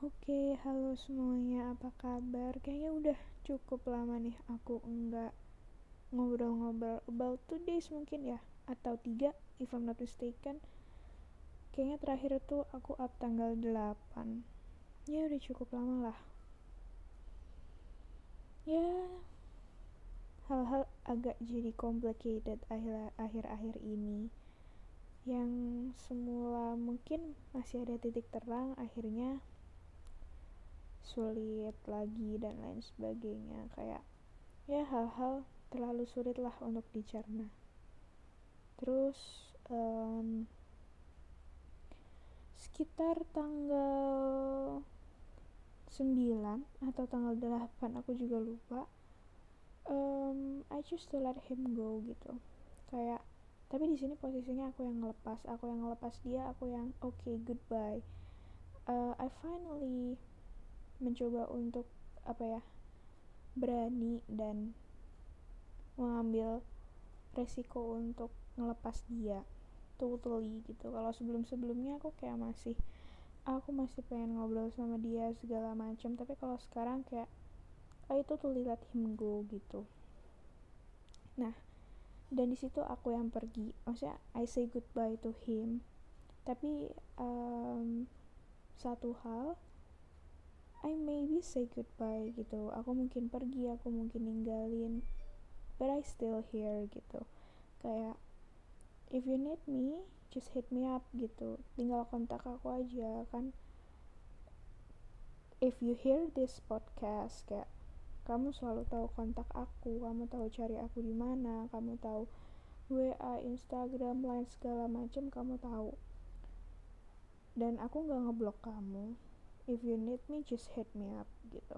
Oke, halo semuanya, apa kabar? Kayaknya udah cukup lama nih aku enggak ngobrol-ngobrol about 2 days mungkin ya, atau 3 if I'm not mistaken. Kayaknya terakhir tuh aku up tanggal 8. Ya udah cukup lama lah. Ya, hal-hal agak jadi complicated akhir-akhir ini. Yang semula mungkin masih ada titik terang, akhirnya sulit lagi dan lain sebagainya. Kayak ya hal-hal terlalu sulit lah untuk dicerna. Terus sekitar tanggal 9 atau tanggal 8 aku juga lupa, I choose to let him go gitu. Kayak tapi di sini posisinya aku yang ngelepas dia, aku yang okay, goodbye. I finally mencoba untuk apa ya, berani dan mengambil resiko untuk ngelepas dia totally gitu. Kalau sebelumnya aku masih pengen ngobrol sama dia segala macam, tapi kalau sekarang kayak itu totally let him go gitu. Nah, dan di situ aku yang pergi, maksudnya I say goodbye to him. Tapi satu hal, I maybe say goodbye gitu, aku mungkin pergi, aku mungkin ninggalin, but I still here gitu. Kayak if you need me, just hit me up gitu, tinggal kontak aku aja kan. If you hear this podcast, kayak kamu selalu tahu kontak aku, kamu tahu cari aku di mana, kamu tahu WA, Instagram, Line segala macam kamu tahu. Dan aku nggak ngeblok kamu. If you need me, just hit me up gitu.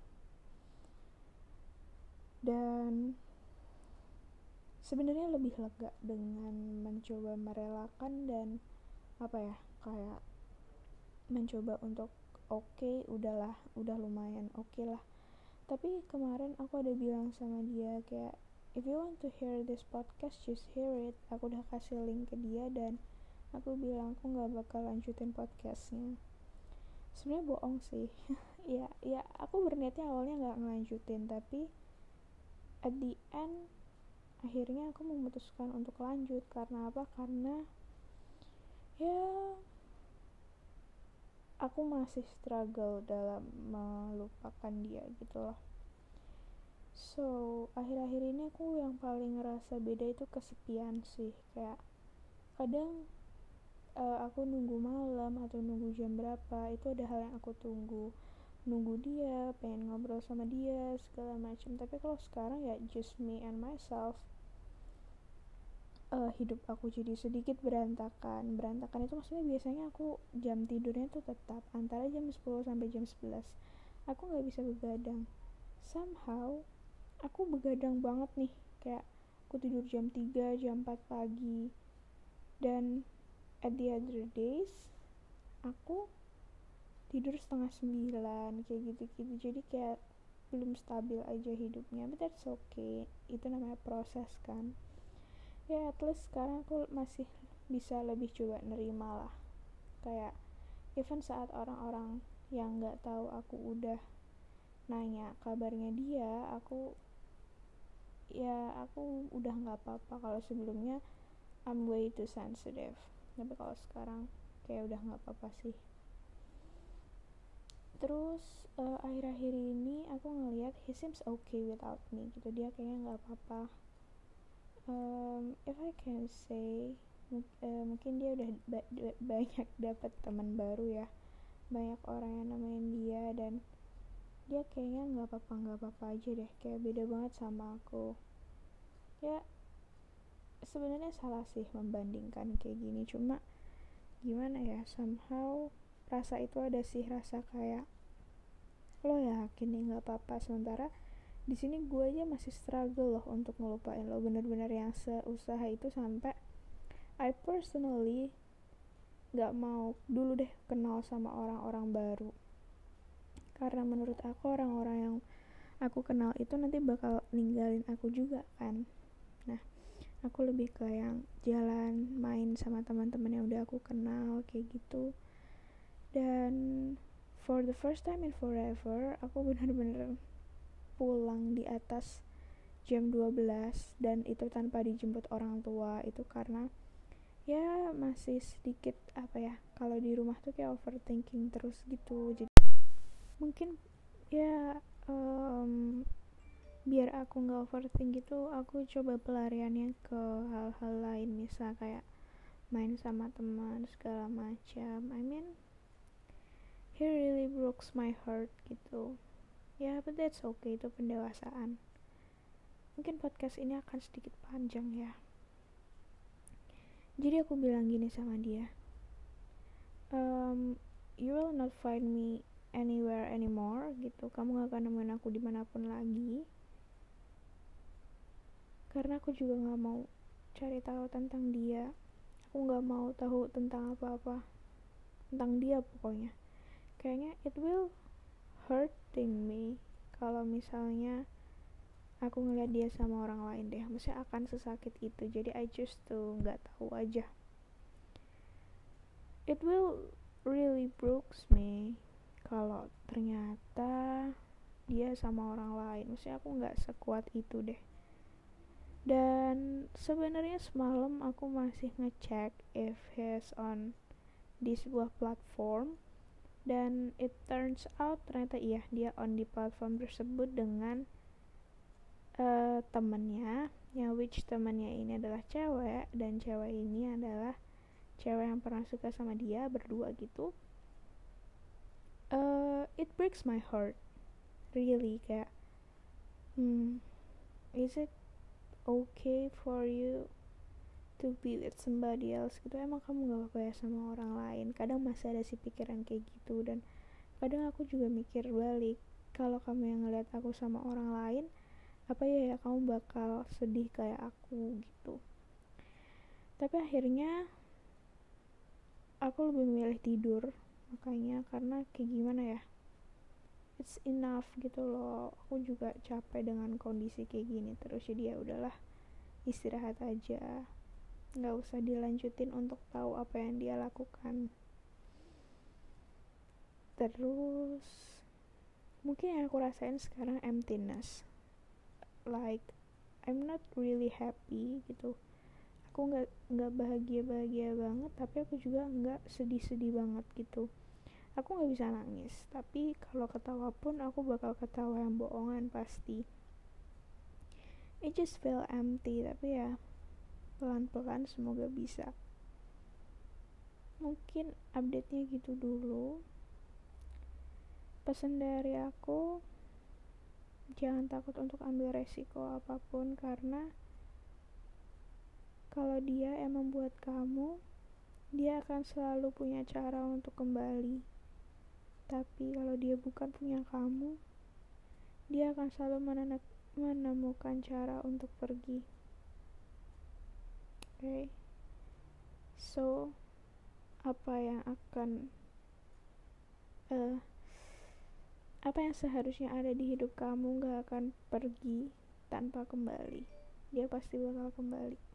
Dan sebenarnya lebih lega dengan mencoba merelakan dan apa ya, kayak mencoba untuk okay, udahlah, udah lumayan okay lah. Tapi kemarin aku ada bilang sama dia kayak if you want to hear this podcast, just hear it. Aku udah kasih link ke dia dan aku bilang aku nggak bakal lanjutin podcastnya. Sebenarnya bohong sih. ya aku berniatnya awalnya nggak ngelanjutin, tapi at the end akhirnya aku memutuskan untuk lanjut. Karena apa? Karena ya aku masih struggle dalam melupakan dia gitu loh. So akhir-akhir ini aku yang paling ngerasa beda itu kesepian sih. Kayak kadang aku nunggu malam atau nunggu jam berapa, itu ada hal yang aku tunggu. Nunggu dia, pengen ngobrol sama dia segala macam. Tapi kalau sekarang ya just me and myself. Hidup aku jadi sedikit berantakan itu maksudnya biasanya aku jam tidurnya tuh tetap antara jam 10 sampai jam 11. Aku nggak bisa begadang. Somehow aku begadang banget nih, kayak aku tidur jam 3 jam 4 pagi. Dan at the other days aku tidur setengah 9 kayak gitu-gitu. Jadi kayak belum stabil aja hidupnya, but that's okay, itu namanya proses kan. Ya at least sekarang aku masih bisa lebih coba nerima lah. Kayak even saat orang-orang yang nggak tahu aku udah nanya kabarnya dia, aku udah nggak apa-apa. Kalau sebelumnya I'm way too sensitive, tapi kalau sekarang kayak udah nggak apa-apa sih. Terus akhir-akhir ini aku ngeliat he seems okay without me gitu, dia kayaknya nggak apa-apa. If I can say, mungkin dia udah banyak dapat teman baru ya, banyak orang yang namain dia, dan dia kayaknya nggak apa-apa aja deh, kayak beda banget sama aku. Ya sebenarnya salah sih membandingkan kayak gini, cuma gimana ya, somehow rasa itu ada sih, rasa kayak lo yakin nih nggak apa-apa, sementara di sini gue aja masih struggle loh untuk ngelupain lo, bener-bener yang seusaha itu sampai I personally nggak mau dulu deh kenal sama orang-orang baru, karena menurut aku orang-orang yang aku kenal itu nanti bakal ninggalin aku juga kan. Nah, aku lebih ke yang jalan main sama teman-teman yang udah aku kenal kayak gitu. Dan for the first time in forever aku benar-benar pulang di atas jam 12 dan itu tanpa dijemput orang tua. Itu karena ya masih sedikit apa ya, kalau di rumah tuh kayak overthinking terus gitu. Jadi mungkin ya biar aku nggak overthink gitu, aku coba pelariannya ke hal-hal lain, misal kayak main sama teman segala macam. I mean he really broke my heart gitu ya, but that's okay, itu pendewasaan. Mungkin podcast ini akan sedikit panjang ya. Jadi aku bilang gini sama dia, you will not find me anywhere anymore gitu, kamu gak akan nemuin aku dimanapun lagi, karena aku juga gak mau cari tahu tentang dia. Aku gak mau tahu tentang apa-apa tentang dia. Pokoknya kayaknya it will hurting me kalau misalnya aku ngeliat dia sama orang lain deh, maksudnya akan sesakit itu. Jadi I just tuh nggak tahu aja, it will really breaks me kalau ternyata dia sama orang lain. Maksudnya aku nggak sekuat itu deh. Dan sebenarnya semalam aku masih ngecek if he's on di sebuah platform, dan it turns out ternyata iya, dia on di platform tersebut dengan temennya, yang which temennya ini adalah cewek, dan cewek ini adalah cewek yang pernah suka sama dia, berdua gitu. It breaks my heart really, kayak is it okay for you to be with somebody else gitu? Emang kamu gak apa-apa ya sama orang lain? Kadang masih ada sih pikiran kayak gitu, dan kadang aku juga mikir balik, kalau kamu yang ngeliat aku sama orang lain, apa ya kamu bakal sedih kayak aku gitu. Tapi akhirnya aku lebih memilih tidur, makanya karena kayak gimana ya, it's enough gitu loh. Aku juga capek dengan kondisi kayak gini terus, jadi ya udahlah, istirahat aja, nggak usah dilanjutin untuk tahu apa yang dia lakukan. Terus mungkin yang aku rasain sekarang emptiness, like I'm not really happy gitu. Aku nggak bahagia banget, tapi aku juga nggak sedih banget gitu. Aku nggak bisa nangis, tapi kalau ketawa pun aku bakal ketawa yang bohongan pasti. It just feel empty, tapi ya pelan-pelan semoga bisa. Mungkin update-nya gitu dulu. Pesan dari aku, jangan takut untuk ambil resiko apapun, karena kalau dia emang buat kamu, dia akan selalu punya cara untuk kembali. Tapi kalau dia bukan punya kamu, dia akan selalu menemukan cara untuk pergi. Okay? So, apa yang seharusnya ada di hidup kamu gak akan pergi tanpa kembali. Dia pasti bakal kembali.